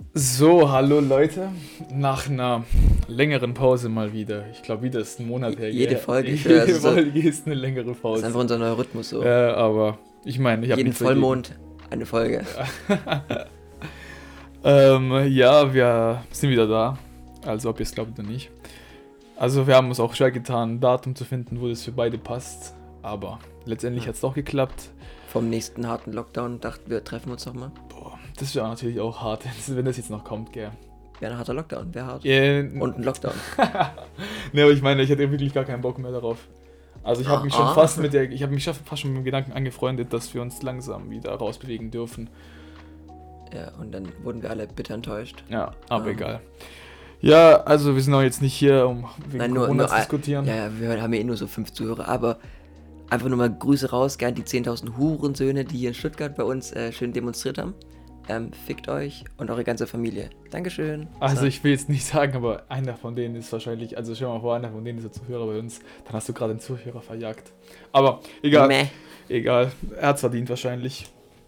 So, hallo Leute. Nach einer längeren Pause mal wieder. Ich glaube, wieder ist ein Monat her. Jede gell? Folge, ich Jede schwöre, Folge ist eine längere das ist Pause. einfach unser neuer Rhythmus so. Aber ich meine, ich habe Jeden nichts dagegen. Vollmond eine Folge. Ja, wir sind wieder da. Also, ob ihr es glaubt oder nicht. Also, wir haben uns auch schwer getan, ein Datum zu finden, wo das für beide passt. Aber letztendlich hat es doch geklappt. Vom nächsten harten Lockdown dachten wir, treffen uns nochmal. Boah, das ist ja natürlich auch hart, wenn das jetzt noch kommt, gell. Wäre ein harter Lockdown, wäre hart. Und Und ein Lockdown. Ne, aber ich meine, ich hatte wirklich gar keinen Bock mehr darauf. Also ich habe mich schon fast schon mit dem Gedanken angefreundet, dass wir uns langsam wieder rausbewegen dürfen. Ja, und dann wurden wir alle bitter enttäuscht. Ja, aber egal. Ja, also wir sind auch jetzt nicht hier, um wegen Nein, Corona zu diskutieren. Ja, wir haben ja eh nur so 5 Zuhörer, aber einfach nur mal Grüße raus, gern die 10.000 Hurensöhne, die hier in Stuttgart bei uns schön demonstriert haben. Fickt euch und eure ganze Familie. Dankeschön. Also ich will jetzt nicht sagen, aber einer von denen ist wahrscheinlich, also stell dir mal vor, einer von denen ist ein Zuhörer bei uns, dann hast du gerade einen Zuhörer verjagt. Aber egal, egal, er hat's verdient wahrscheinlich.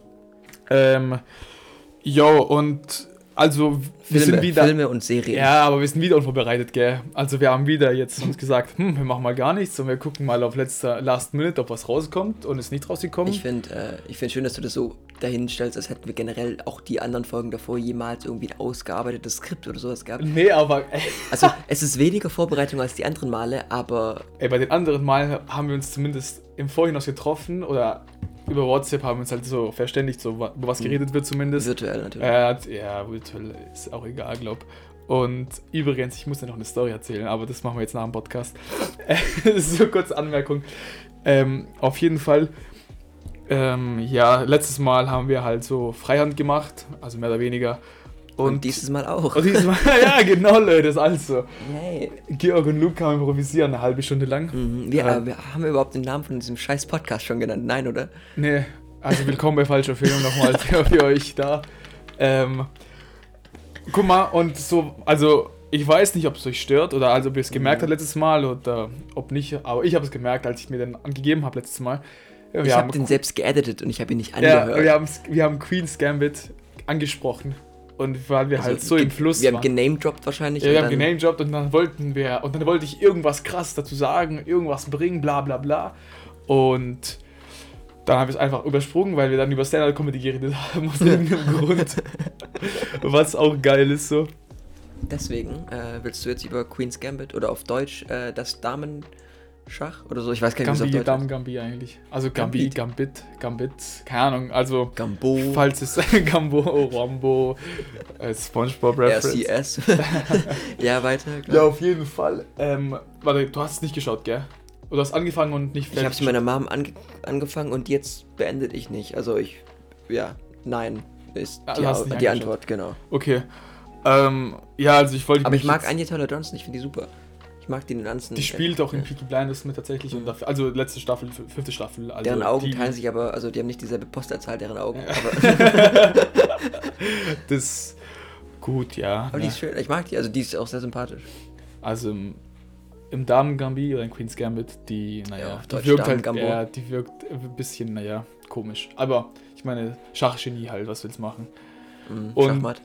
Und also wir sind wieder... Filme und Serien. Ja, aber wir sind wieder unvorbereitet, gell? Also wir haben wieder jetzt uns gesagt, wir machen mal gar nichts und wir gucken mal auf Last Minute, ob was rauskommt und ist nicht rausgekommen. Ich finde schön, dass du das so dahin stellst, als hätten wir generell auch die anderen Folgen davor jemals irgendwie ein ausgearbeitetes Skript oder sowas gehabt. Nee, aber... Also es ist weniger Vorbereitung als die anderen Male, aber... bei den anderen Malen haben wir uns zumindest im Vorhinein getroffen oder über WhatsApp haben wir uns halt so verständigt, so über was geredet wird zumindest. Virtuell natürlich. Ja, virtuell ist auch egal, glaub. Und übrigens, ich muss dir noch eine Story erzählen, aber das machen wir jetzt nach dem Podcast. Das ist so kurz Anmerkung. Auf jeden Fall, letztes Mal haben wir halt so Freihand gemacht, also mehr oder weniger. Und dieses Mal auch. Und dieses Mal, ja genau, Leute, das ist alles so. Yay. Georg und Luke haben improvisieren, eine halbe Stunde lang. Wir haben überhaupt den Namen von diesem scheiß Podcast schon genannt? Nein, oder? Nee, also willkommen bei Falscher Film nochmal für euch da. Guck mal, und so, also ich weiß nicht, ob es euch stört oder also ob ihr es gemerkt habt letztes Mal oder ob nicht, aber ich habe es gemerkt, als ich mir den angegeben habe letztes Mal. Ja, ich habe den selbst geeditet und ich habe ihn nicht angehört. Ja, wir haben Queen's Gambit angesprochen. Und weil wir halt so im Fluss waren. Wir haben genamedroppt wahrscheinlich. Ja, wir haben genamedroppt und dann wollte ich irgendwas krass dazu sagen, irgendwas bringen, bla bla bla. Und dann haben wir es einfach übersprungen, weil wir dann über Stand-Up-Comedy geredet haben, aus irgendeinem Grund. Was auch geil ist so. Deswegen willst du jetzt über Queen's Gambit oder auf Deutsch das Damenschach oder so? Ich weiß gar nicht, wie es auf Deutsch ist. Gambit eigentlich. Also Gambit, keine Ahnung. Also Gambo. Falls es Gambo, Rambo, SpongeBob Reference. RCS. Ja, weiter. Klar. Ja, auf jeden Fall. Warte, du hast es nicht geschaut, gell? Oder hast angefangen und nicht fertig? Ich habe es mit meiner Mom angefangen und jetzt beendet ich nicht. Also nein, ist die Antwort, genau. Okay. Also ich wollte... Aber ich mag Anya Taylor-Johnson, ich finde die super. Ich mag die ganzen... Die spielt auch in Peaky Blinders mit tatsächlich. Und dafür, also letzte Staffel, 5. Staffel. Also deren Augen teilen sich aber, also die haben nicht dieselbe Posterzahl, deren Augen. Ja. Aber das gut, ja. Aber die ist schön, ich mag die, also die ist auch sehr sympathisch. Also im Damen-Gambit oder in Queen's Gambit, die wirkt halt, die wirkt ein bisschen, komisch. Aber ich meine, Schachgenie halt, was willst du machen? Schachmatt.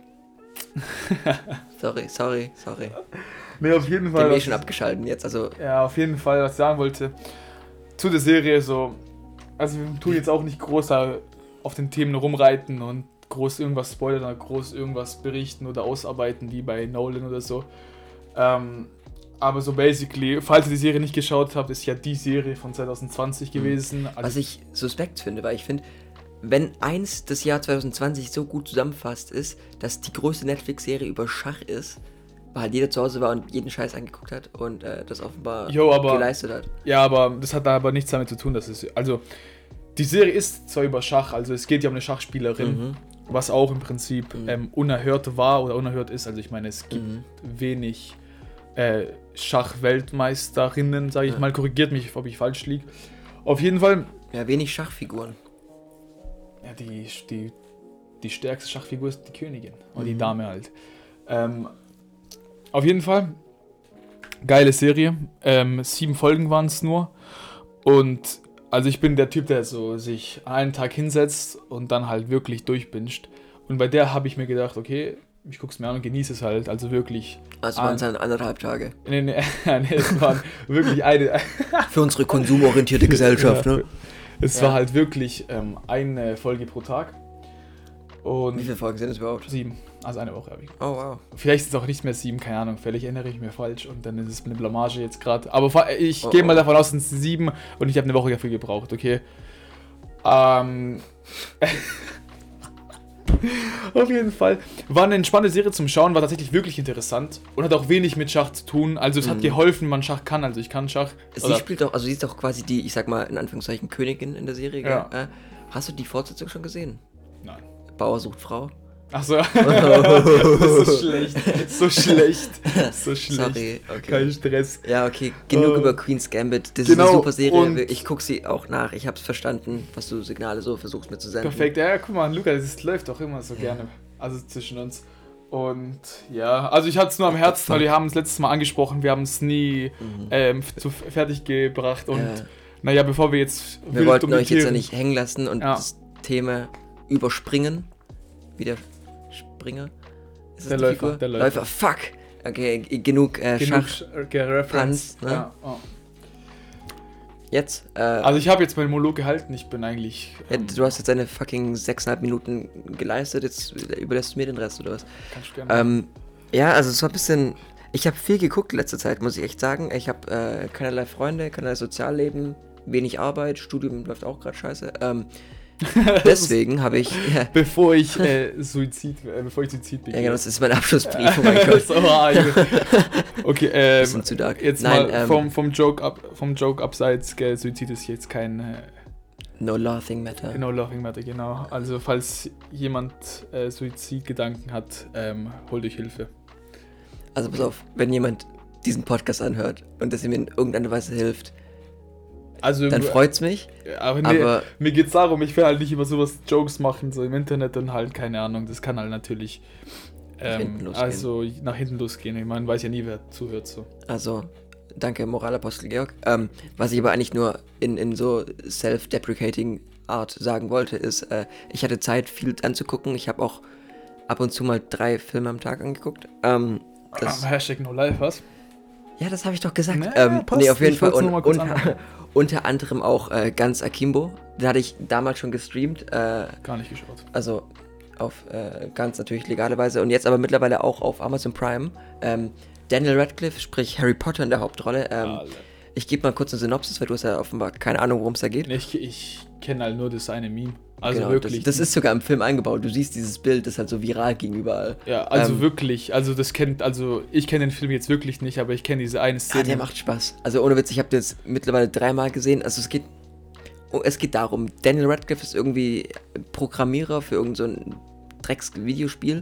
Sorry. Nee, auf jeden Fall. Den bin ich schon abgeschalten jetzt, also... Ja, auf jeden Fall, was ich sagen wollte, zu der Serie so, also wir tun jetzt auch nicht groß auf den Themen rumreiten und groß irgendwas spoilern oder groß irgendwas berichten oder ausarbeiten, wie bei Nolan oder so. Aber so basically, falls ihr die Serie nicht geschaut habt, ist ja die Serie von 2020 gewesen. Was ich suspekt finde, weil ich finde, wenn eins das Jahr 2020 so gut zusammenfasst ist, dass die größte Netflix-Serie über Schach ist, weil halt jeder zu Hause war und jeden Scheiß angeguckt hat und das offenbar geleistet hat. Ja, aber das hat aber nichts damit zu tun, dass es... Also, die Serie ist zwar über Schach, also es geht ja um eine Schachspielerin, was auch im Prinzip unerhört war oder unerhört ist. Also ich meine, es gibt wenig Schachweltmeisterinnen, sage ich mal. Korrigiert mich, ob ich falsch liege. Auf jeden Fall... Ja, wenig Schachfiguren. Ja, die stärkste Schachfigur ist die Königin. Oder die Dame halt. Auf jeden Fall. Geile Serie. 7 Folgen waren es nur. Und also ich bin der Typ, der so sich einen Tag hinsetzt und dann halt wirklich durchbinscht. Und bei der habe ich mir gedacht, okay, ich guck's mir an und genieße es halt, also wirklich. Also waren es dann 1,5 Tage. Nee, es waren wirklich eine. Für unsere konsumorientierte Gesellschaft, Ja. ne? Es war halt wirklich eine Folge pro Tag. Und Wie viele Folgen sind es überhaupt? 7, also eine Woche habe ich. Oh, wow. Vielleicht ist es auch nicht mehr 7, keine Ahnung. Vielleicht erinnere ich mich falsch und dann ist es eine Blamage jetzt gerade. Aber ich Oh, gehe mal oh. davon aus, es sind 7 und ich habe eine Woche dafür gebraucht, okay? Auf jeden Fall. War eine entspannte Serie zum Schauen, war tatsächlich wirklich interessant und hat auch wenig mit Schach zu tun. Also es hat geholfen, wenn man Schach kann. Also ich kann Schach. Sie spielt doch, also sie ist doch quasi die, ich sag mal, in Anführungszeichen Königin in der Serie. Ja. Gell? Hast du die Fortsetzung schon gesehen? Nein. Bauer sucht Frau? Achso. Das ist so schlecht. So schlecht. So schlecht. Sorry, okay. Kein Stress. Ja, okay, genug über Queen's Gambit. Das Genau, ist eine super Serie. und- Ich gucke sie auch nach. Ich hab's verstanden, was du Signale so versuchst mir zu senden. Perfekt. Ja, guck mal, Luca, das läuft doch immer so gerne. Also zwischen uns. Und ja, also ich hatte es nur am Herzen, weil wir haben es letztes Mal angesprochen. Wir haben es nie fertig gebracht. Und naja, bevor wir jetzt Wir wild wollten um die euch jetzt ja Themen- nicht hängen lassen und Ja. das Thema überspringen. Wie der Springer? Ist das Der die Läufer, Figur? der Läufer. Fuck! Okay, genug genug Schach. Reference. Punts, ne? Ja, oh. Jetzt, Also ich habe jetzt meinen Monolog gehalten. Ich bin eigentlich. du hast jetzt deine fucking 6,5 Minuten geleistet, jetzt überlässt du mir den Rest, oder was? Kannst du gerne. Ja, also es war ein bisschen... Ich habe viel geguckt in letzter Zeit, muss ich echt sagen. Ich habe keinerlei Freunde, keinerlei Sozialleben, wenig Arbeit, Studium läuft auch gerade scheiße. Deswegen habe ich... Bevor ich Suizid begehe. Ja, genau, das ist mein Abschlussbrief, oh mein Gott. So, okay, Bisschen zu dark. jetzt Nein, mal vom Joke abseits, gell, Suizid ist jetzt kein No laughing matter. No Laughing Matter, genau. Also falls jemand Suizidgedanken hat, holt euch Hilfe. Also pass auf, wenn jemand diesen Podcast anhört und das ihm in irgendeiner Weise hilft, Also, dann freut's mich. aber, aber- mir geht's darum, ich will halt nicht über sowas Jokes machen, so im Internet und halt, keine Ahnung, das kann halt natürlich hinten losgehen. nach hinten losgehen. Ich meine, weiß ja nie, wer zuhört so. Also, danke, Moralapostel Georg. Was ich aber eigentlich nur in so self-deprecating Art sagen wollte, ist, ich hatte Zeit, viel anzugucken. Ich habe auch ab und zu mal 3 Filme am Tag angeguckt. Hashtag No Life, was? Ja, das habe ich doch gesagt. Naja, passt. Nee, auf jeden Ich Fall. wollt's nur mal kurz Unter anderem auch ganz Akimbo. Den hatte ich damals schon gestreamt. Gar nicht geschaut. Also auf ganz natürlich legale Weise. Und jetzt aber mittlerweile auch auf Amazon Prime. Daniel Radcliffe, sprich Harry Potter in der Hauptrolle. Alter. Ich gebe mal kurz eine Synopsis, weil du hast ja offenbar keine Ahnung, worum es da geht. Nee, ich kenne halt nur das eine Meme. Also Genau, wirklich. das ist sogar im Film eingebaut. Du siehst dieses Bild, das halt so viral ging überall. Ja, also wirklich. Also ich kenne den Film jetzt wirklich nicht, aber ich kenne diese eine Ja, Szene. der macht Spaß. Also ohne Witz, ich habe den jetzt mittlerweile 3-mal gesehen. Also es geht darum, Daniel Radcliffe ist irgendwie Programmierer für irgend so ein Drecks-Videospiel.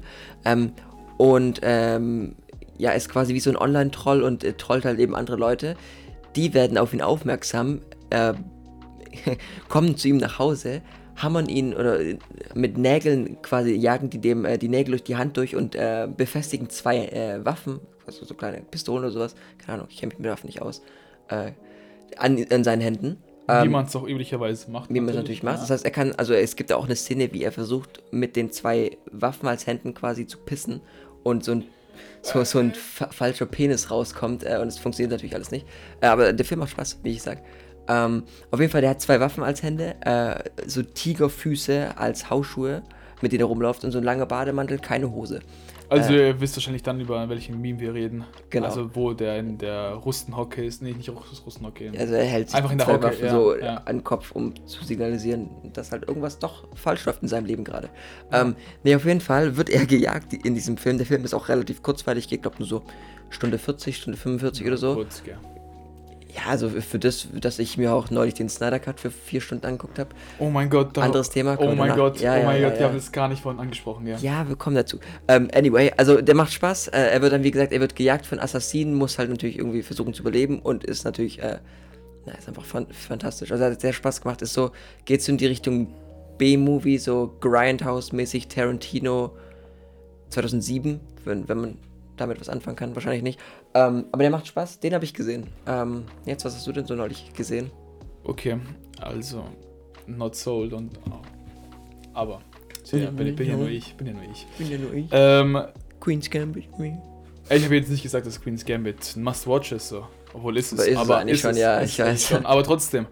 Ja, ist quasi wie so ein Online-Troll und trollt halt eben andere Leute. Die werden auf ihn aufmerksam, kommen zu ihm nach Hause, hammern ihn oder mit Nägeln quasi, jagen die dem die Nägel durch die Hand durch und befestigen 2 Waffen, also so kleine Pistolen oder sowas, keine Ahnung, ich kenne mich mit Waffen nicht aus, an seinen Händen. Wie man es auch üblicherweise macht. Wie man es natürlich macht. Das heißt, es gibt auch eine Szene, wie er versucht, mit den 2 Waffen als Händen quasi zu pissen und so ein falscher Penis rauskommt und es funktioniert natürlich alles nicht. Aber der Film macht Spaß, wie ich sag. Auf jeden Fall, der hat 2 Waffen als Hände, so Tigerfüße als Hausschuhe, mit denen er rumläuft und so ein langer Bademantel, keine Hose. Also ihr wisst wahrscheinlich dann, über welchen Meme wir reden. Genau. Also wo der in der Rustenhocke ist. Nee, nicht Rustenhocke. Also er hält sich Einfach in der 2 Hocke, Waffen ja, so ja. an den Kopf, um zu signalisieren, dass halt irgendwas doch falsch läuft in seinem Leben gerade. Nee, auf jeden Fall wird er gejagt in diesem Film. Der Film ist auch relativ kurzweilig, geht glaube nur so Stunde 40, Stunde 45 oder so. Kurz, ja. Ja, also für das, dass ich mir auch neulich den Snyder Cut für 4 Stunden angeguckt habe. Oh mein Gott. Anderes Thema. Oh können wir mein danach- Gott, Ja, oh mein ja, Gott, ja. wir haben das gar nicht vorhin angesprochen, ja. Ja, wir kommen dazu. Anyway, also der macht Spaß. Er wird dann, wie gesagt, er wird gejagt von Assassinen, muss halt natürlich irgendwie versuchen zu überleben und ist natürlich, ist einfach fantastisch. Also hat sehr Spaß gemacht. Geht so in die Richtung B-Movie, so Grindhouse-mäßig, Tarantino 2007, wenn man damit was anfangen kann, wahrscheinlich nicht. Aber der macht Spaß, den habe ich gesehen. Jetzt, was hast du denn so neulich gesehen? Okay, also Not Sold und aber ja, bin ja nur ich. Bin ja nur ich. Queen's Gambit. Ich habe jetzt nicht gesagt, dass Queen's Gambit ein Must-Watch ist, so. Obwohl ist es. Aber ist es eigentlich schon, ja, ich weiß. Schon. Aber trotzdem.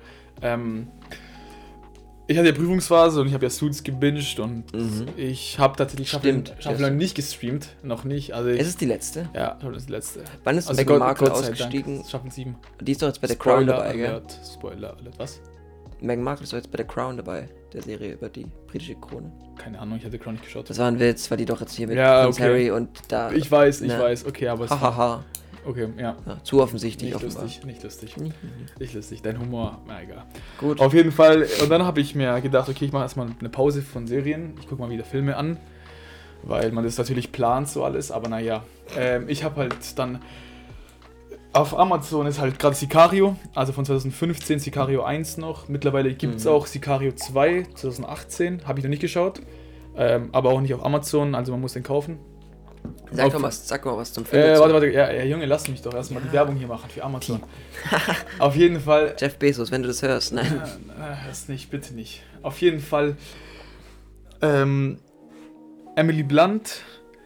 Ich hatte ja Prüfungsphase und ich habe ja Suits gebinged und ich habe tatsächlich Staffel noch nicht gestreamt. Noch nicht. Also ist es die letzte? Ja, das ist die letzte. Wann ist Meghan Markle ausgestiegen? Staffel 7. Die ist doch jetzt bei The Crown dabei, gell? Spoiler Alert, was? Meghan Markle ist doch jetzt bei The Crown dabei, der Serie über die britische Krone. Keine Ahnung, ich hatte The Crown nicht geschaut. Das war ein Witz, weil die doch jetzt hier mit Prince Harry und da... Ich weiß, okay, aber es Hahaha. Okay, ja. Zu offensichtlich nicht offenbar. Nicht lustig. Nicht lustig. Dein Humor, na egal. Gut. Auf jeden Fall, und dann habe ich mir gedacht, okay, ich mache erstmal eine Pause von Serien. Ich gucke mal wieder Filme an, weil man das natürlich plant so alles, aber naja. Ich habe halt dann auf Amazon ist halt gerade Sicario, also von 2015 Sicario 1 noch. Mittlerweile gibt es auch Sicario 2, 2018, habe ich noch nicht geschaut, aber auch nicht auf Amazon, also man muss den kaufen. Sag mal was zum Film. Warte, ja, Junge, lass mich doch erstmal die Werbung hier machen für Amazon. Auf jeden Fall. Jeff Bezos, wenn du das hörst, nein. Hörst nicht, bitte nicht. Auf jeden Fall. Emily Blunt,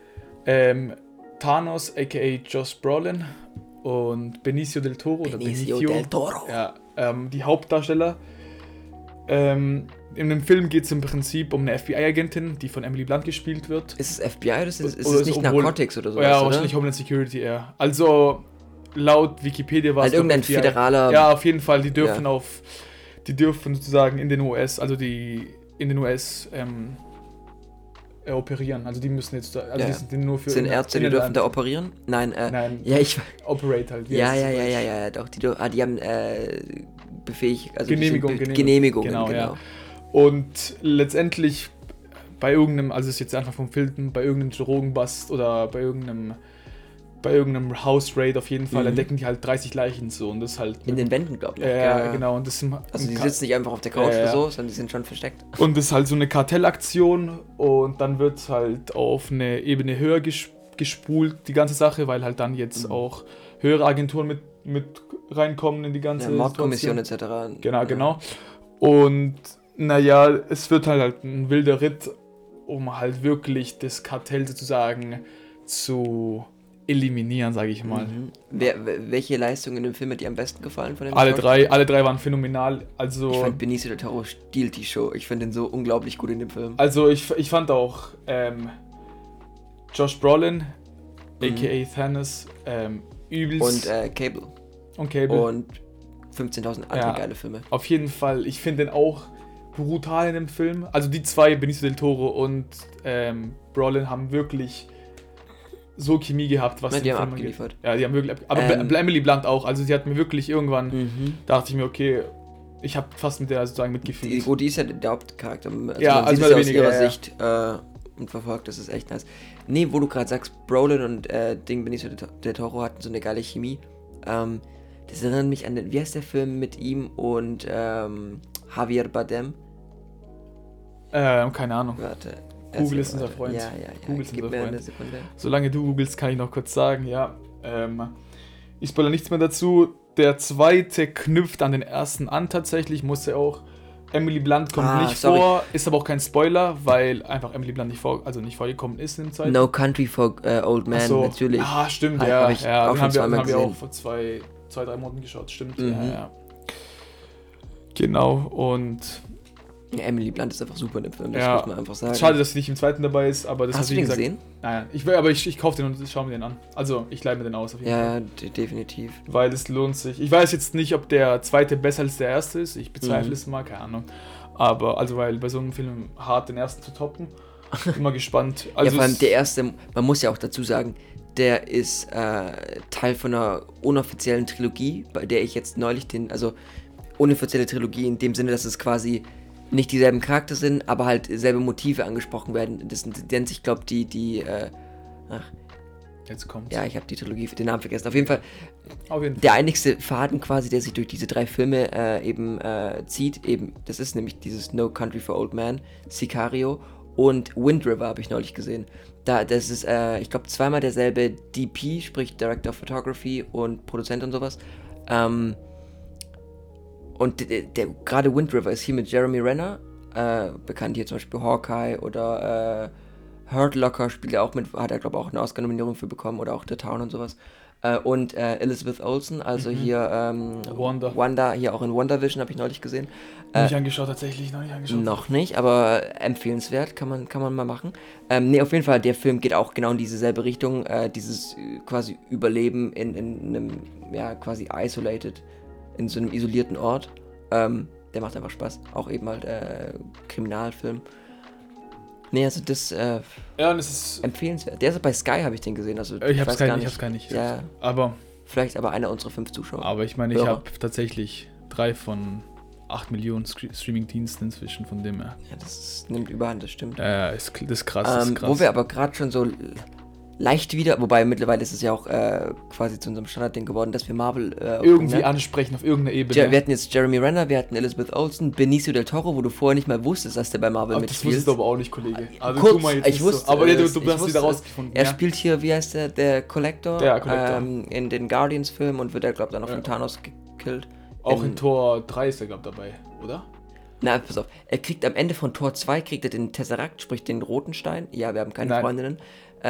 Thanos, aka Josh Brolin und Benicio del Toro. Ja, die Hauptdarsteller. In dem Film geht es im Prinzip um eine FBI-Agentin, die von Emily Blunt gespielt wird. Ist es FBI oder ist es nicht Narcotics oder so? Ja, wahrscheinlich Homeland Security eher. Also laut Wikipedia war es irgendein FBI. Föderaler... Ja, auf jeden Fall, die dürfen sozusagen in den US, also die in den US operieren. Also die müssen jetzt, die sind nur für... Sind Ärzte, die dürfen da operieren? Nein. Ja, Operate halt. Ja, doch, die haben befähigt, also Genehmigung. Genau. Und letztendlich bei irgendeinem, also ist jetzt einfach vom Filmen, bei irgendeinem Drogenbust oder bei irgendeinem House-Raid auf jeden Fall, entdecken die halt 30 Leichen so und das halt... In den Wänden, glaube ich. Ja, genau. Und das also die sitzen nicht einfach auf der Couch oder so, sondern die sind schon versteckt. Und das ist halt so eine Kartellaktion und dann wird es halt auf eine Ebene höher gespult, die ganze Sache, weil halt dann jetzt auch höhere Agenturen mit reinkommen in die ganze Mordkommission etc. Genau. Und naja, es wird halt ein wilder Ritt, um halt wirklich das Kartell sozusagen zu eliminieren, sage ich mal. Welche Leistungen in dem Film hat dir am besten gefallen von dem Alle drei waren phänomenal. Also ich fand Benicio del Toro stiehlt die Show. Ich finde ihn so unglaublich gut in dem Film. Also ich fand auch Josh Brolin, a.k.a. Thanos, übelst. Und Cable. Und 15.000 andere geile Filme. Auf jeden Fall. Ich finde den auch brutal in dem Film. Also die zwei, Benicio del Toro und Brolin, haben wirklich so Chemie gehabt, was die haben abgeliefert. Ja, die haben wirklich aber Emily Blunt auch. Also sie hat mir wirklich irgendwann, dachte ich mir, okay, ich habe fast mit der sozusagen mitgefühlt. Die ist ja der Hauptcharakter. Also man sieht es aus ihrer Sicht und verfolgt, das ist echt nice. Nee, wo du gerade sagst, Brolin und Benicio del Toro hatten so eine geile Chemie. Das erinnert mich an, wie heißt der Film mit ihm und Javier Bardem? Keine Ahnung. Warte. Google ist unser Freund. Ja. Google ist unser Freund. Eine Sekunde. Solange du googelst, kann ich noch kurz sagen, ich spoilere nichts mehr dazu. Der zweite knüpft an den ersten an tatsächlich, muss er auch. Emily Blunt kommt nicht vor, ist aber auch kein Spoiler, weil einfach Emily Blunt nicht vorgekommen ist in dem Zeit. No Country for Old Men, natürlich. Ah, stimmt, Den haben wir auch vor 2-3 Monaten geschaut, stimmt. Ja. Genau, und... Emily Blunt ist einfach super in dem Film, das muss man einfach sagen. Schade, dass sie nicht im zweiten dabei ist, aber das hast du den gesehen? Nein, ich kaufe den und schaue mir den an. Also, ich leih mir den aus auf jeden Fall. Ja, definitiv. Weil es lohnt sich. Ich weiß jetzt nicht, ob der zweite besser als der erste ist. Ich bezweifle es mal, keine Ahnung. Aber, also, weil bei so einem Film hart den ersten zu toppen, immer gespannt. Also vor allem der erste, man muss ja auch dazu sagen, der ist Teil von einer unoffiziellen Trilogie, bei der ich jetzt neulich unoffizielle Trilogie in dem Sinne, dass es quasi nicht dieselben Charakter sind, aber halt selbe Motive angesprochen werden. Das nennt sich, glaube ich, jetzt kommt's. Ja, ich habe die Trilogie, den Namen vergessen. Auf jeden Fall. Der einigste Faden quasi, der sich durch diese 3 Filme zieht, das ist nämlich dieses No Country for Old Men, Sicario und Wind River habe ich neulich gesehen. Das ist, ich glaube, zweimal derselbe DP, sprich Director of Photography und Produzent und sowas. Und gerade Wind River ist hier mit Jeremy Renner, bekannt hier zum Beispiel Hawkeye oder Hurt Locker spielt er auch mit, hat er, glaube ich, auch eine Oscar-Nominierung für bekommen oder auch The Town und sowas. Und Elizabeth Olsen, also hier Wanda, hier auch in WandaVision habe ich neulich gesehen. Nicht angeschaut, tatsächlich, noch nicht angeschaut. Noch nicht, aber empfehlenswert, kann man mal machen. Nee, auf jeden Fall, der Film geht auch genau in dieselbe Richtung, dieses quasi Überleben in einem, ja, quasi isolated, in so einem isolierten Ort. Der macht einfach Spaß, auch eben halt Kriminalfilm. Nee, also das ja, und es ist empfehlenswert. Der ist bei Sky, habe ich den gesehen, also ich hab's gar nicht. Ja, aber vielleicht aber einer unserer 5 Zuschauer. Aber ich meine, ich habe tatsächlich 3 von 8 Millionen Streaming-Diensten inzwischen, von dem her. Ja, das nimmt überhand, das stimmt. Das ist krass, Wo wir aber gerade schon so leicht wieder, wobei mittlerweile ist es ja auch quasi zu unserem Standardding geworden, dass wir Marvel irgendwie ansprechen auf irgendeiner Ebene. Wir hatten jetzt Jeremy Renner, wir hatten Elizabeth Olsen, Benicio del Toro, wo du vorher nicht mal wusstest, dass der bei Marvel mitspielt. Das wusstest du aber auch nicht, Kollege. Also kurz, tu mal jetzt ich wusste, so. Aber du hast wieder rausgefunden. Er spielt hier, wie heißt der Collector, in den Guardians-Filmen und wird er, glaube ich, dann auch von Thanos gekillt. Auch in Tor 3 ist er, glaube ich, dabei, oder? Na, pass auf. Er kriegt am Ende von Tor 2 kriegt er den Tesseract, sprich den roten Stein. Ja, wir haben keine Freundinnen.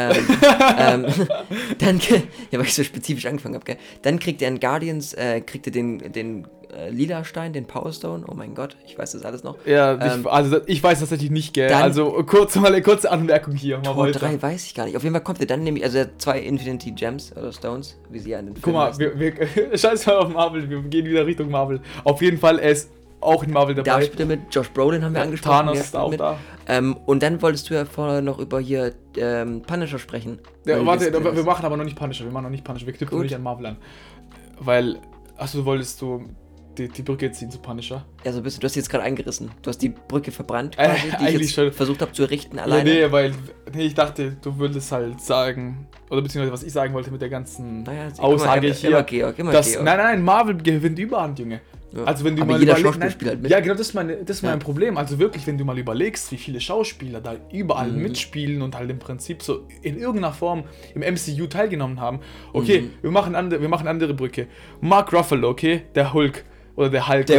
Dann, ja, weil ich so spezifisch angefangen habe, gell? Dann kriegt er in Guardians, kriegt er den lila Stein, den Power Stone. Oh mein Gott, ich weiß das alles noch. Ja, ich weiß das tatsächlich nicht, gell? Also kurze Anmerkung hier. Tor 3 weiß ich gar nicht. Auf jeden Fall kommt er dann nämlich, also er hat 2 Infinity Gems oder Stones, wie sie ja in den Filmen heißen. Guck mal, scheiß mal auf Marvel, wir gehen wieder Richtung Marvel. Auf jeden Fall, er ist auch in Marvel dabei. Da spielt er mit, Josh Brolin haben wir angesprochen. Thanos ist auch da. Und dann wolltest du ja vorher noch über hier Punisher sprechen. Ja, warte, wir machen aber noch nicht Punisher. Wir knüpfen nicht an Marvel an. Weil, wolltest du die Brücke jetzt ziehen zu Punisher? Ja, so ein bisschen. Du hast jetzt gerade eingerissen. Du hast die Brücke verbrannt quasi, die ich jetzt schon versucht habe zu errichten alleine. Ja, ich dachte, du würdest halt sagen, oder beziehungsweise was ich sagen wollte mit der ganzen Aussage hier. Immer Georg. Nein, Marvel gewinnt Überhand, Junge. Ja. Also wenn du aber mal jeder Schauspieler spielt halt mit. Ja, genau, das ist mein Problem. Also wirklich, wenn du mal überlegst, wie viele Schauspieler da überall mitspielen und halt im Prinzip so in irgendeiner Form im MCU teilgenommen haben. Okay, wir machen andere Brücke. Mark Ruffalo, okay, der Hulk. Oder der Hulk.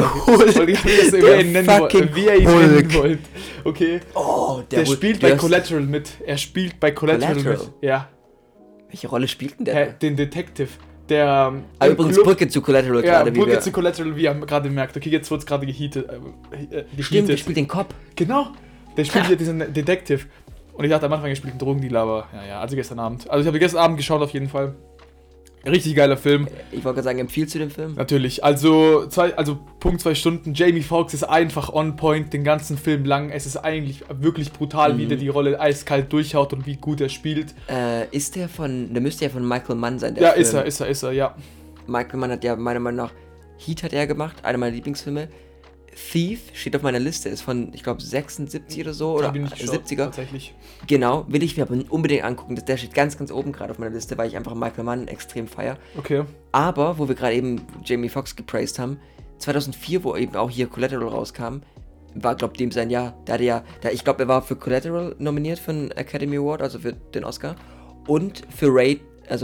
Wie ihr ihn nennen wollt. Okay. Oh, der spielt bei Collateral mit. Er spielt bei Collateral mit. Ja. Welche Rolle spielt denn der? Den Detective. Der übrigens Brücke zu Collateral gerade. Ja, Brücke zu Collateral, wie ihr gerade merkt. Okay, jetzt wird es gerade geheatet. Stimmt, der spielt den Cop. Genau, der spielt hier diesen Detective. Und ich dachte am Anfang, er spielt einen Drogendealer, aber also gestern Abend. Also ich habe gestern Abend geschaut auf jeden Fall. Richtig geiler Film. Ich wollte gerade sagen, empfiehlst du den Film? Natürlich. Also Punkt 2 Stunden. Jamie Foxx ist einfach on point den ganzen Film lang. Es ist eigentlich wirklich brutal, wie der die Rolle eiskalt durchhaut und wie gut er spielt. Der müsste ja von Michael Mann sein, der Film. Ist er, ja. Michael Mann hat ja meiner Meinung nach Heat hat er gemacht, einer meiner Lieblingsfilme. Thief steht auf meiner Liste, ist von, ich glaube, 76 oder so, oder 70er. Tatsächlich. Genau, will ich mir aber unbedingt angucken. Der steht ganz, ganz oben gerade auf meiner Liste, weil ich einfach Michael Mann extrem feiere. Okay. Aber, wo wir gerade eben Jamie Foxx gepraised haben, 2004, wo eben auch hier Collateral rauskam, war, glaube ich, dem sein Jahr. Ich glaube, er war für Collateral nominiert für einen Academy Award, also für den Oscar. Und für Ray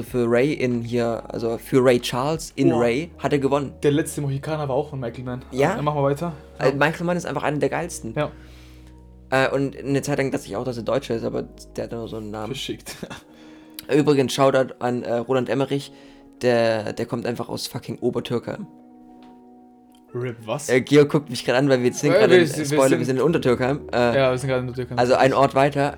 Charles in Ray hat er gewonnen. Der letzte Mohikaner war auch von Michael Mann. Ja. Dann machen wir weiter. Also Michael Mann ist einfach einer der geilsten. Ja. Und eine Zeit lang dachte ich auch, dass er Deutscher ist, aber der hat nur so einen Namen. Verschickt. Übrigens, Shoutout an Roland Emmerich, der kommt einfach aus fucking Obertürkheim. RIP, was? Georg guckt mich gerade an, weil wir sind gerade wir sind in Untertürkheim. Ja, wir sind gerade in Untertürkheim. Also ein Ort weiter.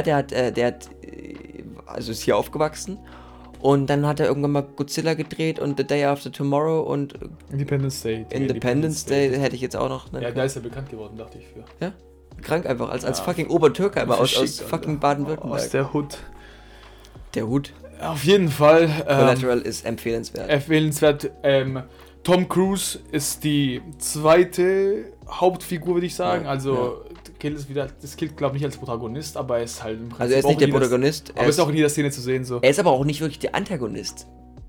Also ist hier aufgewachsen. Und dann hat er irgendwann mal Godzilla gedreht und The Day After Tomorrow und Independence Day. Independence Day hätte ich jetzt auch noch. Ja, da ist er bekannt geworden, dachte ich für. Ja? Krank einfach, als fucking Obertürkheim aus fucking Baden-Württemberg. Aus der Hood. Der Hut. Auf jeden Fall. Collateral ist empfehlenswert. Tom Cruise ist die zweite Hauptfigur, würde ich sagen. Das gilt, glaube ich, nicht als Protagonist, aber er ist halt im Prinzip. Also er ist nicht der Protagonist. Aber er ist auch in jeder Szene zu sehen. So. Er ist aber auch nicht wirklich der Antagonist.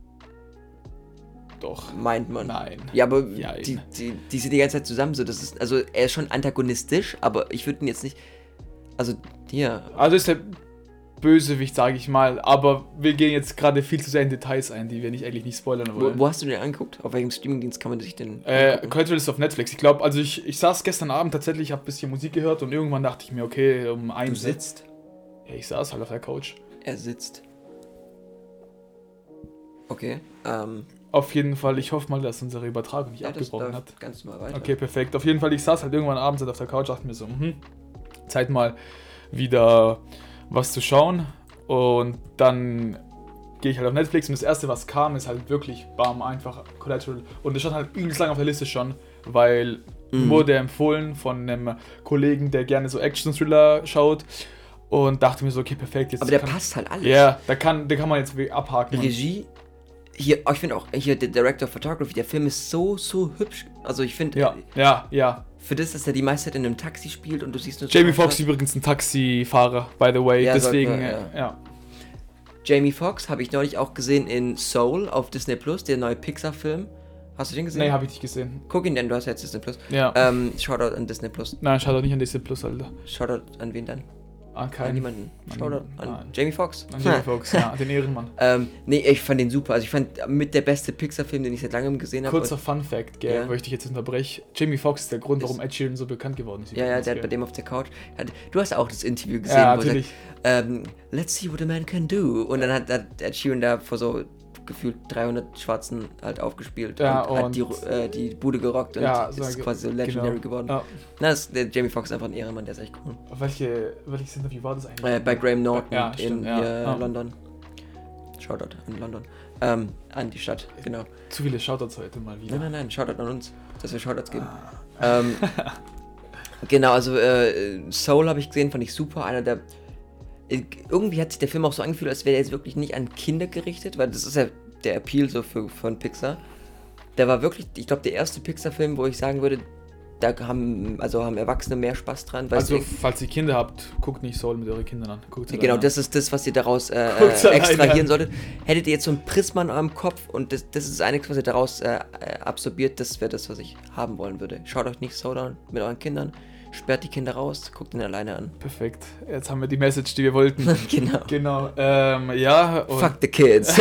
Doch. Meint man. Nein. Ja, aber die sind die ganze Zeit zusammen. So, das ist, also er ist schon antagonistisch, aber ich würde ihn jetzt nicht. Also, hier. Also ist der Bösewicht, sage ich mal, aber wir gehen jetzt gerade viel zu sehr in Details ein, die wir eigentlich nicht spoilern wollen. Wo hast du den angeguckt? Auf welchem Streamingdienst kann man sich den Collateral ist auf Netflix. Ich glaube, also ich saß gestern Abend tatsächlich, habe ein bisschen Musik gehört und irgendwann dachte ich mir, okay, um 1. Du sitzt? Ja, ich saß halt auf der Couch. Er sitzt. Okay. Auf jeden Fall, ich hoffe mal, dass unsere Übertragung nicht Ja, das abgebrochen läuft hat. ganz normal weiter. Okay, perfekt. Auf jeden Fall, ich saß halt irgendwann abends halt auf der Couch, dachte mir so, Zeit mal wieder was zu schauen. Und dann gehe ich halt auf Netflix und das erste, was kam, ist halt wirklich einfach Collateral. Und das stand halt übelst lang auf der Liste schon, weil wurde empfohlen von einem Kollegen, der gerne so Action-Thriller schaut. Und dachte mir so, okay, perfekt. Jetzt Aber der passt halt alles. Ja, den kann man jetzt abhaken. Regie, hier, ich finde auch, hier der Director of Photography, der Film ist so hübsch. Also ich finde, Ja. für das, dass er die meiste Zeit in einem Taxi spielt und du siehst nur so. Jamie Foxx ist übrigens ein Taxifahrer, by the way. Ja, deswegen, ja. Jamie Foxx habe ich neulich auch gesehen in Soul auf Disney Plus, der neue Pixar-Film. Hast du den gesehen? Nee, habe ich nicht gesehen. Guck ihn denn, du hast ja jetzt Disney Plus. Ja. Shoutout an Disney Plus. Nein, Shoutout nicht an Disney Plus, Alter. Shoutout an wen dann? An keinen. An niemanden. Shoutout an Nein. Jamie Foxx. An Jamie Foxx, ja, den Ehrenmann. Nee, ich fand den super. Also ich fand mit der beste Pixar-Film, den ich seit langem gesehen habe. Kurzer Fun-Fact, gell, wo ich dich jetzt unterbreche. Jamie Foxx ist der Grund, warum Ed Sheeran so bekannt geworden ist. Ja, der hat bei dem auf der Couch. Du hast auch das Interview gesehen, Ja, wo natürlich. er sagt, let's see what a man can do. Und dann hat Ed Sheeran da vor so gefühlt 300 Schwarzen halt aufgespielt Ja, und hat die Bude gerockt und ist quasi so legendary geworden. Ja. Der Jamie Foxx ist einfach ein Ehrenmann, der ist echt cool. Welches Interview war das eigentlich? Bei Graham Norton Ja, in stimmt, ja. London. Shoutout an London. An die Stadt, genau. Zu viele Shoutouts heute mal wieder. Nein, Shoutout an uns, dass wir Shoutouts geben. Genau, also Soul habe ich gesehen, fand ich super. Irgendwie hat sich der Film auch so angefühlt, als wäre er jetzt wirklich nicht an Kinder gerichtet, weil das ist ja der Appeal so von Pixar. Der war wirklich, ich glaube, der erste Pixar-Film, wo ich sagen würde, da haben Erwachsene mehr Spaß dran. Also, falls ihr Kinder habt, guckt nicht Soul mit euren Kindern an. Genau, das ist das, was ihr daraus extrahieren solltet. Hättet ihr jetzt so ein Prisma in eurem Kopf und das ist das Einzige, was ihr daraus absorbiert, das wäre das, was ich haben wollen würde. Schaut euch nicht Soul an mit euren Kindern. Sperrt die Kinder raus, guckt ihn alleine an. Perfekt. Jetzt haben wir die Message, die wir wollten. Genau. Ja. Fuck the kids.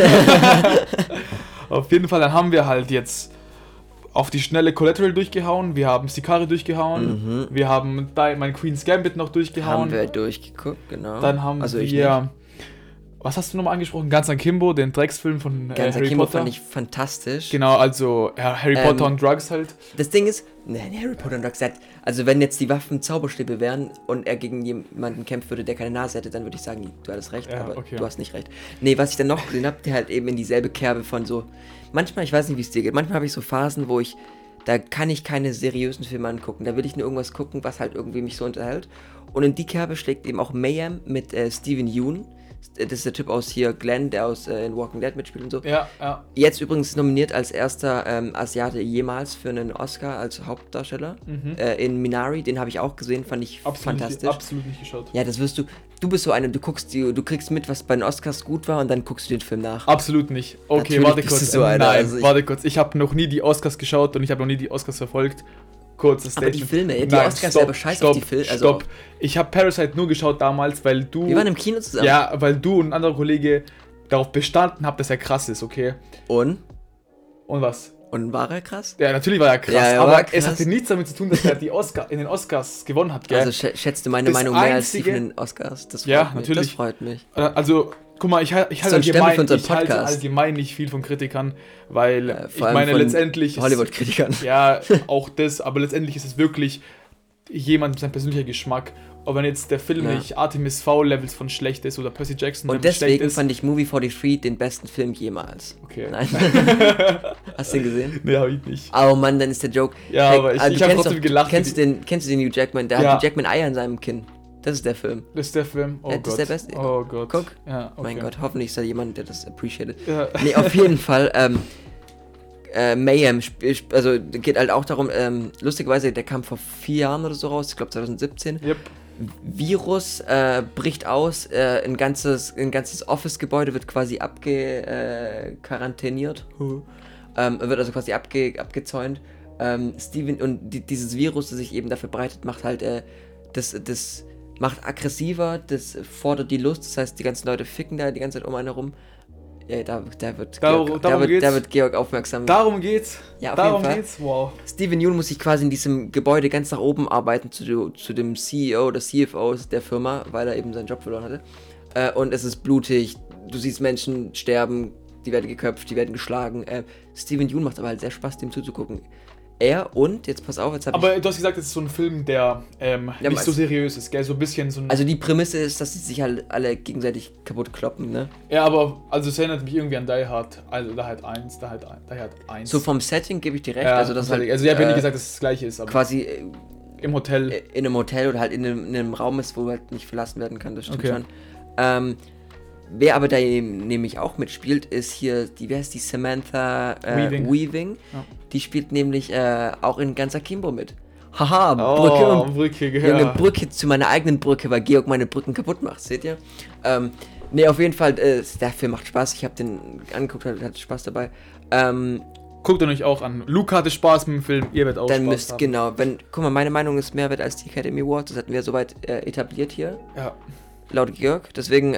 Auf jeden Fall, dann haben wir halt jetzt auf die schnelle Collateral durchgehauen. Wir haben Sicario durchgehauen. Wir haben mein Queen's Gambit noch durchgehauen. Haben wir durchgeguckt, genau. Dann haben wir... Was hast du nochmal angesprochen? Guns Akimbo, den Drecksfilm von Harry Potter. Fand ich fantastisch. Genau, also Harry Potter und Drugs halt. Das Ding ist, Harry Potter und Drugs, also wenn jetzt die Waffen Zauberstäbe wären und er gegen jemanden kämpfen würde, der keine Nase hätte, dann würde ich sagen, du hattest recht, aber du hast nicht recht. Nee, was ich dann noch gesehen habe, der halt eben in dieselbe Kerbe von so, manchmal, ich weiß nicht, wie es dir geht, manchmal habe ich so Phasen, wo da kann ich keine seriösen Filme angucken, da will ich nur irgendwas gucken, was halt irgendwie mich so unterhält. Und in die Kerbe schlägt eben auch Mayhem mit Steven Yeun. Das ist der Typ aus hier, Glenn, der aus in Walking Dead mitspielt und so. Ja. Jetzt übrigens nominiert als erster Asiate jemals für einen Oscar als Hauptdarsteller. In Minari, den habe ich auch gesehen, fand ich fantastisch. Absolut nicht geschaut. Ja, das wirst du bist so einer, du kriegst mit, was bei den Oscars gut war und dann guckst du den Film nach. Absolut nicht. Okay, Natürlich warte bist du kurz. so einer, Warte kurz. Ich habe noch nie die Oscars geschaut und ich habe noch nie die Oscars verfolgt. Kurzes Aber Statement. die Filme, die Oscars selber scheiß auf die Filme. Stopp. Ich habe Parasite nur geschaut damals, weil du... Wir waren im Kino zusammen. Ja, weil du und ein anderer Kollege darauf bestanden habt, dass er krass ist, okay? Und was? Und war er krass? Ja, natürlich war er krass, Ja, aber krass. es hatte nichts damit zu tun, dass er in den Oscars gewonnen hat, gell? Also schätzt du meine Das Meinung mehr als die Einzige- von den Oscars? Das freut Ja, mich. natürlich. Das freut mich. Also, guck mal, ich halte So ein Stempel für unseren halte Podcast. allgemein nicht viel von Kritikern, weil ich Vor allem meine von letztendlich... Hollywood-Kritikern. Ja, auch das, aber letztendlich ist es wirklich jemand sein persönlicher Geschmack. Ob wenn jetzt der Film nicht Artemis Fowl-Levels von schlecht ist oder Percy Jackson Und Levels schlecht deswegen ist. fand ich Movie 43 den besten Film jemals. Okay. Nein. Hast du den gesehen? Nee, hab ich nicht. Oh Mann, dann ist der Joke. Ja, aber ich du hab kennst trotzdem gelacht. Kennst du den Hugh Jackman? Der hat Hugh Jackman Eier in seinem Kinn. Das ist der Film. Das ist der Film? Oh Ja, Gott. das ist der beste. Oh Gott. Guck. Ja, okay. Mein Gott, hoffentlich ist da jemand, der das appreciated. Ja. Nee, auf jeden Fall. Mayhem, also geht halt auch darum, lustigerweise, der kam vor 4 Jahren oder so raus, ich glaube 2017. Yep. Virus bricht aus, ein ganzes Office-Gebäude wird quasi quarantäniert. Wird also quasi abgezäunt. Steven und dieses Virus, das sich eben da verbreitet, macht halt das macht aggressiver, das fordert die Lust, das heißt, die ganzen Leute ficken da die ganze Zeit um einen herum. Ja, da wird Georg aufmerksam. Darum geht's. Ja, auf Darum jeden Fall. geht's. Wow. Steven Yeun muss sich quasi in diesem Gebäude ganz nach oben arbeiten zu dem CEO oder CFO der Firma, weil er eben seinen Job verloren hatte. Und es ist blutig. Du siehst Menschen sterben, die werden geköpft, die werden geschlagen. Steven Yeun macht aber halt sehr Spaß, dem zuzugucken. Er und, jetzt pass auf, Aber du hast gesagt, es ist so ein Film, der nicht so seriös ist, gell? So ein bisschen so ein... Also die Prämisse ist, dass sie sich halt alle gegenseitig kaputt kloppen, ne? Ja, aber also es erinnert mich irgendwie an Die Hard. Also Die Hard 1. So vom Setting gebe ich dir recht. Ja, also das halt, also ich habe ja nicht gesagt, dass es das gleiche ist, aber quasi im Hotel. In einem Hotel oder halt in einem Raum ist, wo halt nicht verlassen werden kann, das stimmt Okay. schon. Wer aber da nämlich auch mitspielt, ist hier, wer ist die Samantha Weaving. Ja. Die spielt nämlich auch in Ganz Akimbo mit. Haha, Brücke und Brücke, Junge, Brücke zu meiner eigenen Brücke, weil Georg meine Brücken kaputt macht, seht ihr? Nee, auf jeden Fall, der Film macht Spaß. Ich habe den angeguckt, hatte Spaß dabei. Guckt euch auch an. Luca hatte Spaß mit dem Film, ihr werdet auch dann Spaß müsst, haben. genau, guck mal, meine Meinung ist mehr wert als die Academy Awards, das hatten wir soweit etabliert hier. Ja. Laut Georg, deswegen,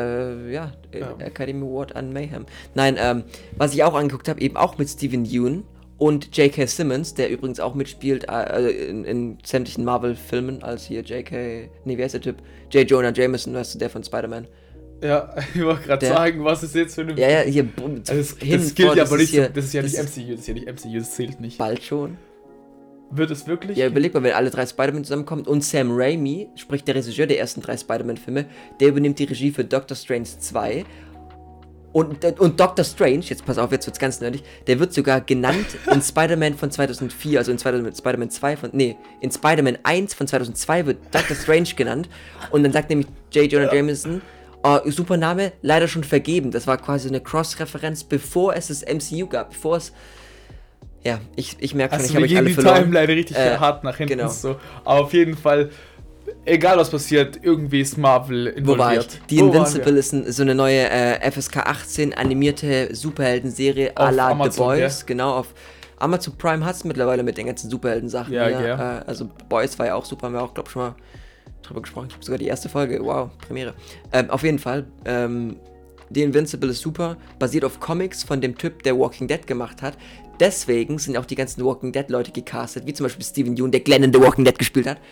Academy Award an Mayhem. Nein, was ich auch angeguckt habe, eben auch mit Steven Yeun und J.K. Simmons, der übrigens auch mitspielt in sämtlichen Marvel-Filmen, als hier wer ist der Typ? J. Jonah Jameson, weißt du, der von Spider-Man. Ja, ich wollte gerade sagen, was ist jetzt für eine... Ja, hier, das gilt ja aber nicht, das ist ja nicht MCU, das zählt nicht. Bald schon. Wird es wirklich? Ja, überleg mal, wenn alle 3 Spider-Man zusammenkommen und Sam Raimi, sprich der Regisseur der ersten 3 Spider-Man-Filme, der übernimmt die Regie für Doctor Strange 2 und Doctor Strange, jetzt pass auf, jetzt wird's ganz nerdig, der wird sogar genannt in Spider-Man von 2004, also in Spider-Man 2 in Spider-Man 1 von 2002 wird Doctor Strange genannt und dann sagt nämlich J. Jonah Jameson, super Name, leider schon vergeben, das war quasi eine Cross-Referenz, bevor es das MCU gab, bevor es... Ja, ich merke schon, ich habe euch alle verloren. Die Timeline richtig hart nach hinten. Genau. So. Aber auf jeden Fall, egal was passiert, irgendwie ist Marvel involviert. Wo war ich? Die Invincible ist so eine neue FSK 18 animierte Superhelden-Serie à la Amazon, The Boys. ja. Genau, auf Amazon Prime hat es mittlerweile mit den ganzen Superhelden-Sachen. Ja. Also Boys war ja auch super, haben wir auch, glaube ich, schon mal drüber gesprochen. Ich habe sogar die erste Folge, wow, Premiere. Auf jeden Fall, die Invincible ist super, basiert auf Comics von dem Typ, der Walking Dead gemacht hat. Deswegen sind auch die ganzen Walking Dead Leute gecastet, wie zum Beispiel Steven Yeun, der Glenn in The Walking Dead gespielt hat.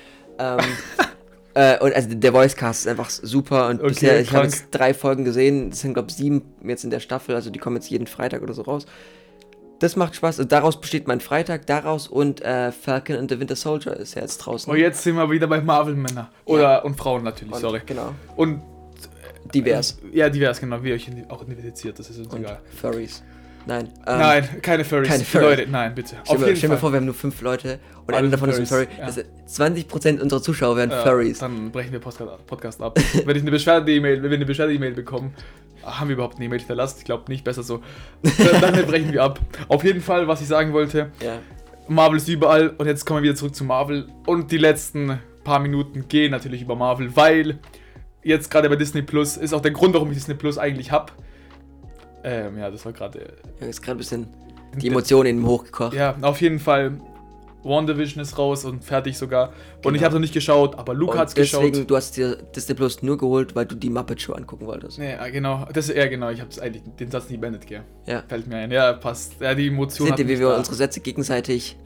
Und also der Voice Cast ist einfach super und bisher, ich habe jetzt 3 Folgen gesehen, es sind glaube ich 7 jetzt in der Staffel, also die kommen jetzt jeden Freitag oder so raus. Das macht Spaß, also daraus besteht mein Freitag, daraus und Falcon and the Winter Soldier ist ja jetzt draußen. Und jetzt sind wir wieder bei Marvel-Männer. Und Frauen natürlich, sorry. Genau. Und divers. Divers, genau, wie ihr euch auch identifiziert, das ist uns egal. Furries. Nein. Nein, keine Furries. Keine Furries. Leute, nein, bitte. Stell mir vor, wir haben nur 5 Leute und einer davon ist ein Furry. Ja. Also 20% unserer Zuschauer wären Furries. Dann brechen wir Podcast ab. Wenn wir eine Beschwerde-E-Mail bekommen, haben wir überhaupt eine E-Mail hinterlassen? Ich glaube nicht, besser so. Dann brechen wir ab. Auf jeden Fall, was ich sagen wollte, Marvel ist überall und jetzt kommen wir wieder zurück zu Marvel und die letzten paar Minuten gehen natürlich über Marvel, weil jetzt gerade bei Disney Plus ist auch der Grund, warum ich Disney Plus eigentlich habe. Das war gerade... Ist gerade ein bisschen die Emotionen in ihm hochgekocht. Ja, auf jeden Fall. WandaVision ist raus und fertig sogar. Und Genau. ich habe noch nicht geschaut, aber Luke hat's geschaut. Deswegen, du hast dir Disney Plus nur geholt, weil du die Muppet Show angucken wolltest. Ja, genau. Genau. Ich habe eigentlich den Satz nicht beendet, gell? Ja. Fällt mir ein. Ja, passt. Ja, die Emotion Seht ihr, hat wie mich wir da. unsere Sätze gegenseitig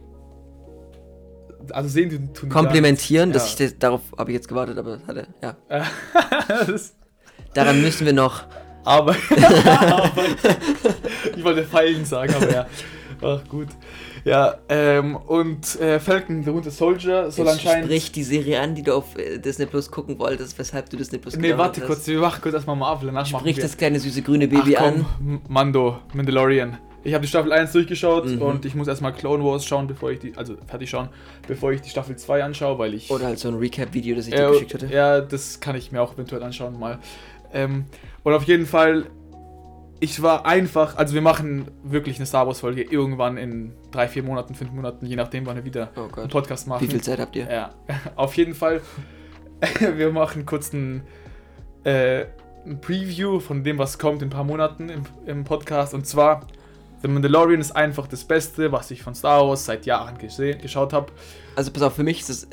Also sehen die tun komplimentieren, gar dass ich darauf habe ich jetzt gewartet, aber das hatte, ja. das, Daran müssen wir noch. aber ich wollte Feilen sagen, aber ja. Ach gut. Ja, Falcon the Winter Soldier soll anscheinend... Sprich die Serie an, die du auf Disney Plus gucken wolltest, weshalb du Disney Plus Nee, warte kurz, wir machen kurz erstmal Marvel, danach machen Sprich wir... das kleine süße grüne Baby an. Mandalorian. Ich habe die Staffel 1 durchgeschaut und ich muss erstmal Clone Wars schauen, fertig schauen, bevor ich die Staffel 2 anschaue, weil ich... Oder halt so ein Recap-Video, das ich dir geschickt hatte. Ja, das kann ich mir auch eventuell anschauen mal. Und auf jeden Fall, wir machen wirklich eine Star Wars Folge irgendwann in 3-4 Monaten, 5 Monaten, je nachdem, wann wir wieder einen Podcast machen. Wie viel Zeit habt ihr? Ja, auf jeden Fall. Wir machen kurz ein Preview von dem, was kommt in ein paar Monaten im Podcast. Und zwar, The Mandalorian ist einfach das Beste, was ich von Star Wars seit Jahren geschaut habe. Also pass auf, für mich ist es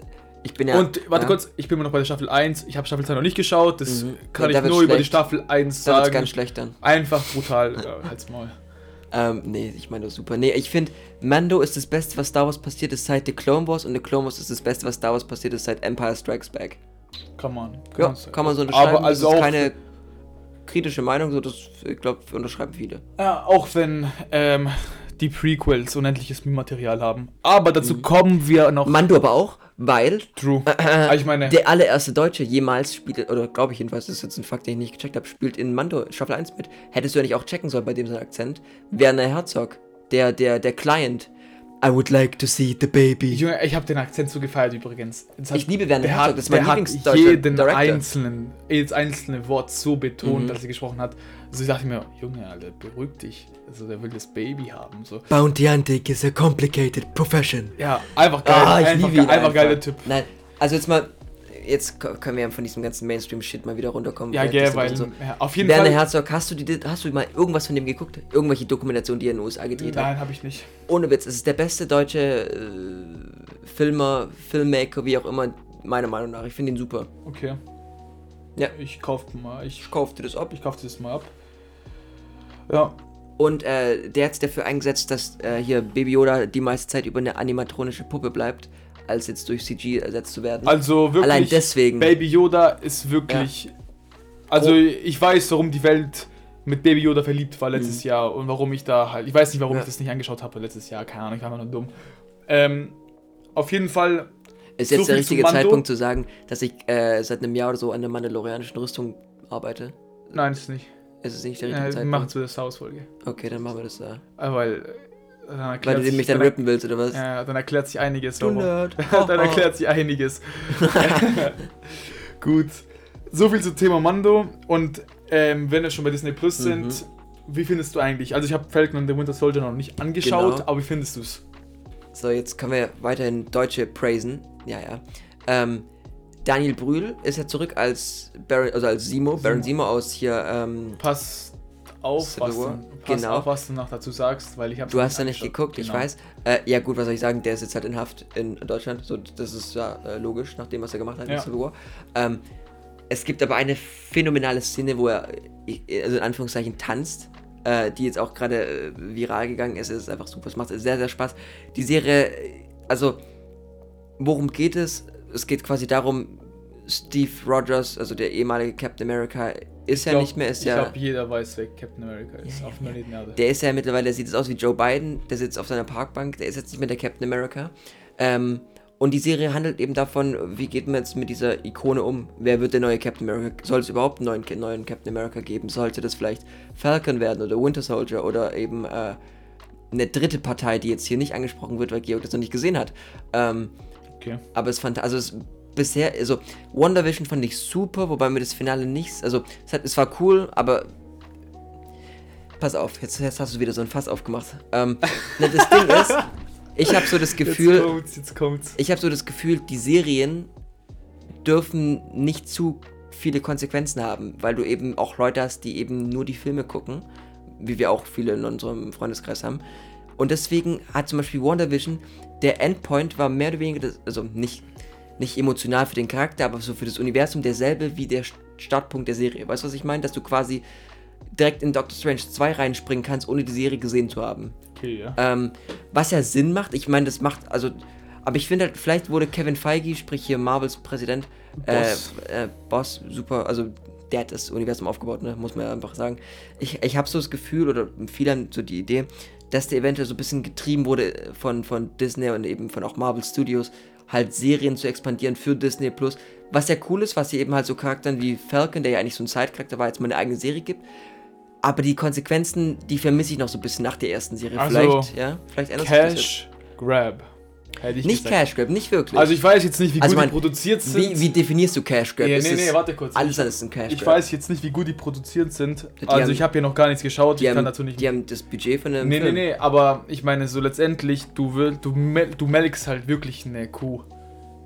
Ich bin ja... Und, warte kurz, ich bin immer noch bei der Staffel 1. Ich habe Staffel 2 noch nicht geschaut. Das kann Ja, ich da nur wird's über die schlecht. Staffel 1 Da wird's sagen. ganz schlecht dann. Einfach brutal. Ja, halt's Maul. Nee, ich meine das super. Nee, ich finde, Mando ist das Beste, was Star Wars passiert ist seit The Clone Wars und The Clone Wars ist das Beste, was Star Wars passiert ist seit Empire Strikes Back. Kann man. Ja, kann man so unterschreiben. Aber also das ist auch, keine kritische Meinung, so das, ich glaube, unterschreiben viele. ja, auch wenn die Prequels unendliches Material haben. Aber dazu kommen wir noch. Mando aber auch, weil True. Aber ich meine, der allererste Deutsche jemals spielt, oder glaube ich jedenfalls, das ist jetzt ein Fakt, den ich nicht gecheckt habe, spielt in Mando Staffel 1 mit. Hättest du ja nicht auch checken sollen bei dem sein Akzent. Werner Herzog, der Client. I would like to see the baby. Junge, ich habe den Akzent so gefeiert übrigens. Ich liebe Werner der Herzog, hat, das ist mein der hat Lieblingsdeutscher jedes einzelne Wort so betont, dass er gesprochen hat. Also ich dachte mir, Junge, Alter, beruhig dich. Also der will das Baby haben. So. Bounty Hunting is a complicated profession. Ja, einfach geil. Einfach geiler Typ. Nein, also jetzt können wir von diesem ganzen Mainstream-Shit mal wieder runterkommen. Ja, gell, weil so. ja, auf jeden Werner Fall. Herzog, hast du mal irgendwas von dem geguckt? Irgendwelche Dokumentationen, die er in den USA gedreht hat? Nein, habe ich nicht. Ohne Witz, es ist der beste deutsche Filmmaker, wie auch immer, meiner Meinung nach. Ich finde ihn super. Okay. Ja. Ich kaufte das ab. Ich kaufte das mal ab. Ja. Und der hat sich dafür eingesetzt, dass hier Baby Yoda die meiste Zeit über eine animatronische Puppe bleibt, als jetzt durch CG ersetzt zu werden. Also wirklich. Allein deswegen. Baby Yoda ist wirklich. Ja. Also ich weiß, warum die Welt mit Baby Yoda verliebt war letztes Jahr und warum ich da halt. Ich weiß nicht, warum ich das nicht angeschaut habe letztes Jahr. Keine Ahnung, ich war einfach nur dumm. Auf jeden Fall. Ist jetzt der richtige Zeitpunkt zu sagen, dass ich seit einem Jahr oder so an der mandalorianischen Rüstung arbeite? Nein, ist es nicht. Ist es nicht der richtige Zeitpunkt? Wir machen es für das Hausfolge. Okay, dann machen wir das da. Weil du mich dann rippen willst, oder was? Ja, dann erklärt sich einiges. Du Nerd. Dann erklärt sich einiges. Gut. So viel zum Thema Mando. Und wenn wir schon bei Disney Plus sind, wie findest du eigentlich? Also ich habe Falcon and the Winter Soldier noch nicht angeschaut, aber wie findest du es? So, jetzt können wir weiterhin Deutsche praisen. Ja. Daniel Brühl ist ja zurück als Baron Simo aus hier. Pass auf, was du noch dazu sagst, weil ich habe. Du hast ja nicht geguckt, genau. Ich weiß. Ja gut, was soll ich sagen? Der ist jetzt halt in Haft in Deutschland. So, das ist ja logisch, nach dem, was er gemacht hat in Civil War. Es gibt aber eine phänomenale Szene, wo er, also in Anführungszeichen, tanzt, die jetzt auch gerade viral gegangen ist. Es ist einfach super. Es macht sehr, sehr Spaß. Die Serie, also, worum geht es? Es geht quasi darum, Steve Rogers, also der ehemalige Captain America, ich glaube, jeder weiß, wer Captain America ist. Auf der Erde. Der ist ja mittlerweile, der sieht aus wie Joe Biden, der sitzt auf seiner Parkbank, der ist jetzt nicht mehr der Captain America. Und die Serie handelt eben davon, wie geht man jetzt mit dieser Ikone um? Wer wird der neue Captain America? Soll es überhaupt einen neuen Captain America geben? Sollte das vielleicht Falcon werden oder Winter Soldier oder eben eine dritte Partei, die jetzt hier nicht angesprochen wird, weil Georg das noch nicht gesehen hat. Okay. Aber bisher, also WandaVision fand ich super, wobei mir das Finale nichts, also es war cool, aber pass auf, jetzt hast du wieder so ein Fass aufgemacht. Das Ding ist, ich habe so das Gefühl, jetzt kommt's. Ich habe so das Gefühl, die Serien dürfen nicht zu viele Konsequenzen haben, weil du eben auch Leute hast, die eben nur die Filme gucken, wie wir auch viele in unserem Freundeskreis haben. Und deswegen hat zum Beispiel WandaVision, der Endpoint war mehr oder weniger, also nicht emotional für den Charakter, aber so für das Universum derselbe wie der Startpunkt der Serie. Weißt du, was ich meine? Dass du quasi direkt in Doctor Strange 2 reinspringen kannst, ohne die Serie gesehen zu haben. Okay, ja. Was ja Sinn macht. Ich meine, das macht, also, aber ich finde halt, vielleicht wurde Kevin Feige, sprich hier Marvels Präsident, Boss, super, also der hat das Universum aufgebaut, ne? Muss man ja einfach sagen. Ich habe so das Gefühl, oder viele haben so die Idee, dass der eventuell so ein bisschen getrieben wurde von Disney und eben von auch Marvel Studios, halt Serien zu expandieren für Disney Plus. Was ja cool ist, was hier eben halt so Charakteren wie Falcon, der ja eigentlich so ein Side-Charakter war, jetzt mal eine eigene Serie gibt. Aber die Konsequenzen, die vermisse ich noch so ein bisschen nach der ersten Serie. Also, vielleicht ändert sich das Cash Grab. Nicht Cash Grab, nicht wirklich. Also ich weiß jetzt nicht, wie gut die produziert sind. Wie definierst du Cash Grab? Nee, warte kurz. Alles ist ein Cash Grab. Ich weiß jetzt nicht, wie gut die produziert sind. Also ich habe hier noch gar nichts geschaut. Die haben das Budget von einem Film. Nee, aber ich meine so letztendlich, du melkst halt wirklich eine Kuh.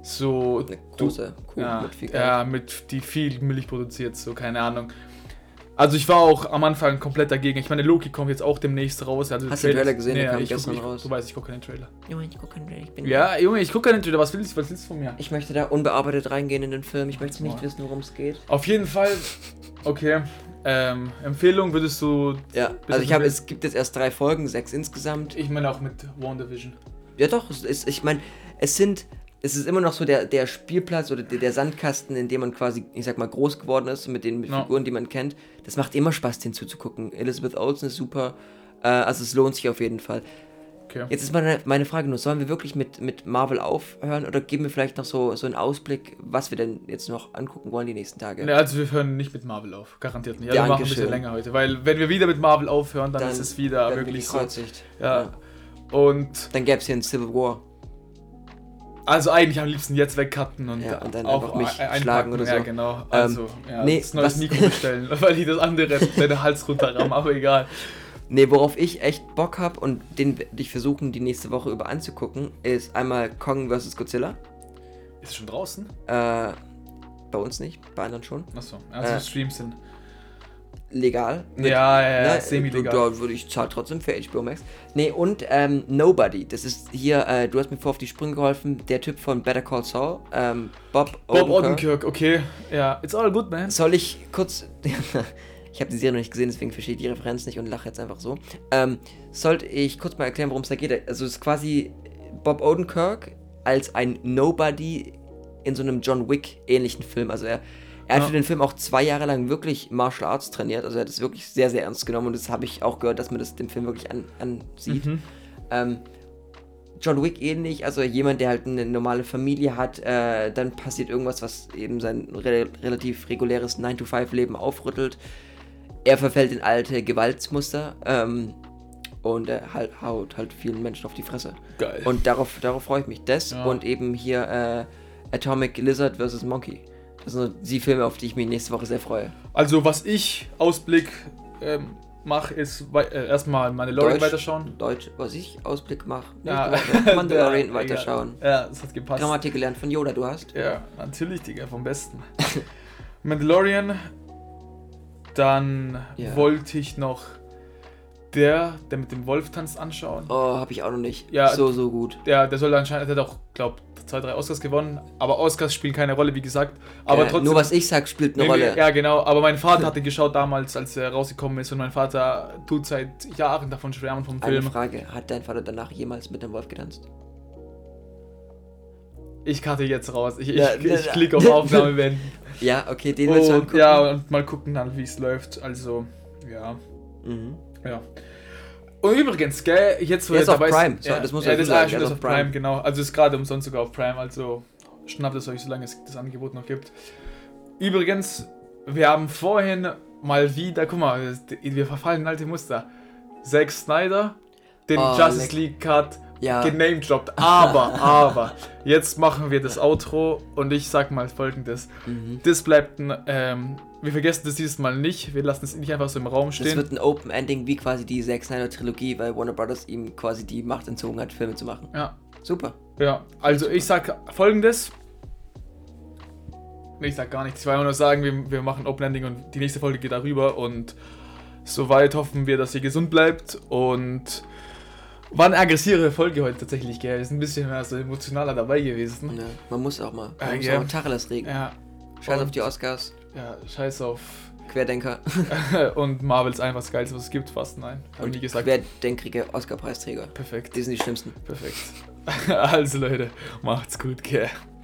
So eine große Kuh mit viel Geld. Ja, die viel Milch produziert, so keine Ahnung. Also ich war auch am Anfang komplett dagegen. Ich meine, Loki kommt jetzt auch demnächst raus. Also Hast du den Trailer gesehen? Nee, Der kam ich gestern guck, raus. Du weißt, ich gucke keinen Trailer. Junge, ich gucke keinen Trailer. Junge, ich gucke keinen Trailer. Was willst du von mir? Ich möchte da unbearbeitet reingehen in den Film. Ich möchte nicht Oh. wissen, worum es geht. Auf jeden Fall, okay. Empfehlung würdest du... Ja, also es gibt jetzt erst 3 Folgen, 6 insgesamt. Ich meine auch mit WandaVision. Ja doch, ich meine, es ist immer noch so der Spielplatz oder der Sandkasten, in dem man quasi, ich sag mal, groß geworden ist, mit den Figuren, die man kennt. Das macht immer Spaß, den zuzugucken. Elizabeth Olsen ist super, also es lohnt sich auf jeden Fall. Okay. Jetzt ist meine Frage nur, sollen wir wirklich mit Marvel aufhören oder geben wir vielleicht noch so einen Ausblick, was wir denn jetzt noch angucken wollen die nächsten Tage? Ne, also wir hören nicht mit Marvel auf, garantiert nicht. Also wir machen ein bisschen Dankeschön. länger heute, weil wenn wir wieder mit Marvel aufhören, dann ist es wieder wirklich so. Ja. Und dann gäbe es hier einen Civil War. also eigentlich am liebsten jetzt wegcutten und, Und dann auch einfach mich einpacken. schlagen oder so. Ja, genau. Also, nee, das neues Mikro bestellen, weil die das andere deine Hals runterrammen, aber egal. Nee, worauf ich echt Bock habe und den werde ich versuchen, die nächste Woche über anzugucken, ist einmal Kong vs. Godzilla. Ist es schon draußen? Bei uns nicht, bei anderen schon. Achso, also Streams sind. Legal. Ja, semi-legal. Da würde ich zahle trotzdem für HBO Max. Nee, und Nobody. Das ist hier, du hast mir vor auf die Sprünge geholfen, der Typ von Better Call Saul, Bob Odenkirk, okay. Ja, it's all good, man. Soll ich kurz... Ich habe die Serie noch nicht gesehen, deswegen verstehe ich die Referenz nicht und lache jetzt einfach so. Sollte ich kurz mal erklären, worum es da geht? Also es ist quasi Bob Odenkirk als ein Nobody in so einem John Wick ähnlichen Film. Also er hat für den Film auch 2 Jahre lang wirklich Martial Arts trainiert. Also er hat es wirklich sehr, sehr ernst genommen und das habe ich auch gehört, dass man das dem Film wirklich ansieht. John Wick ähnlich, also jemand, der halt eine normale Familie hat, dann passiert irgendwas, was eben sein relativ reguläres 9-to-5-Leben aufrüttelt. Er verfällt in alte Gewaltsmuster und haut halt vielen Menschen auf die Fresse. Geil. Und darauf freue ich mich. Und eben hier Atomic Lizard vs. Monkey. Das sind so die Filme, auf die ich mich nächste Woche sehr freue. Also was ich Ausblick mache, ist erstmal Mandalorian weiterschauen. Was ich Ausblick mache. Ja. Mandalorian weiterschauen. Ja, das hat gepasst. Grammatik gelernt von Yoda, du hast. Ja, natürlich, Digga, vom Besten. Mandalorian. Dann wollte ich noch der mit dem Wolf tanzt anschauen. Oh, habe ich auch noch nicht. Ja, so gut. Der soll anscheinend, der hat auch, glaube 2, 3 Oscars gewonnen, aber Oscars spielen keine Rolle, wie gesagt. Aber trotzdem. Nur was ich sag, spielt eine Rolle. Ja, genau, aber mein Vater hatte geschaut damals, als er rausgekommen ist und mein Vater tut seit Jahren davon schwärmen vom Film. Eine Frage, hat dein Vater danach jemals mit dem Wolf getanzt? Ich cutte jetzt raus. Ich klicke auf Aufnahme beenden. Ja, okay, den willst du angucken. Ja, und mal gucken dann, wie es läuft. Also, ja. Ja. Und übrigens, gell, jetzt wo der ist dabei auf Prime. ist, ja, das muss ja, man das sagen. ist auf Prime, genau. Also ist gerade umsonst sogar auf Prime, also schnappt es euch, solange es das Angebot noch gibt. Übrigens, wir haben vorhin mal wieder, guck mal, wir verfallen in alte Muster. Zack Snyder, den Justice League Cut genamedroppt. Aber, jetzt machen wir das Outro und ich sag mal Folgendes. Das bleibt wir vergessen das dieses Mal nicht, wir lassen es nicht einfach so im Raum stehen. Das wird ein Open Ending wie quasi die Zack Snyder Trilogie, weil Warner Brothers ihm quasi die Macht entzogen hat, Filme zu machen. Ja. Super. Ja, also ich sag Folgendes. Ich sag gar nichts, ich wollte nur sagen, wir machen Open Ending und die nächste Folge geht darüber und soweit hoffen wir, dass ihr gesund bleibt und war eine aggressivere Folge heute tatsächlich, gell? Wir sind ein bisschen mehr so emotionaler dabei gewesen. Ja, man muss auch mal. Man muss yeah. auch Tacheles regen. Ja. Scheiß auf die Oscars. Ja, scheiß auf Querdenker. und Marvel ist einfach das Geilste, was es gibt, fast nein. Und wie gesagt, querdenkrige Oscar-Preisträger. Perfekt. Die sind die schlimmsten. Perfekt. Also Leute, macht's gut, gell?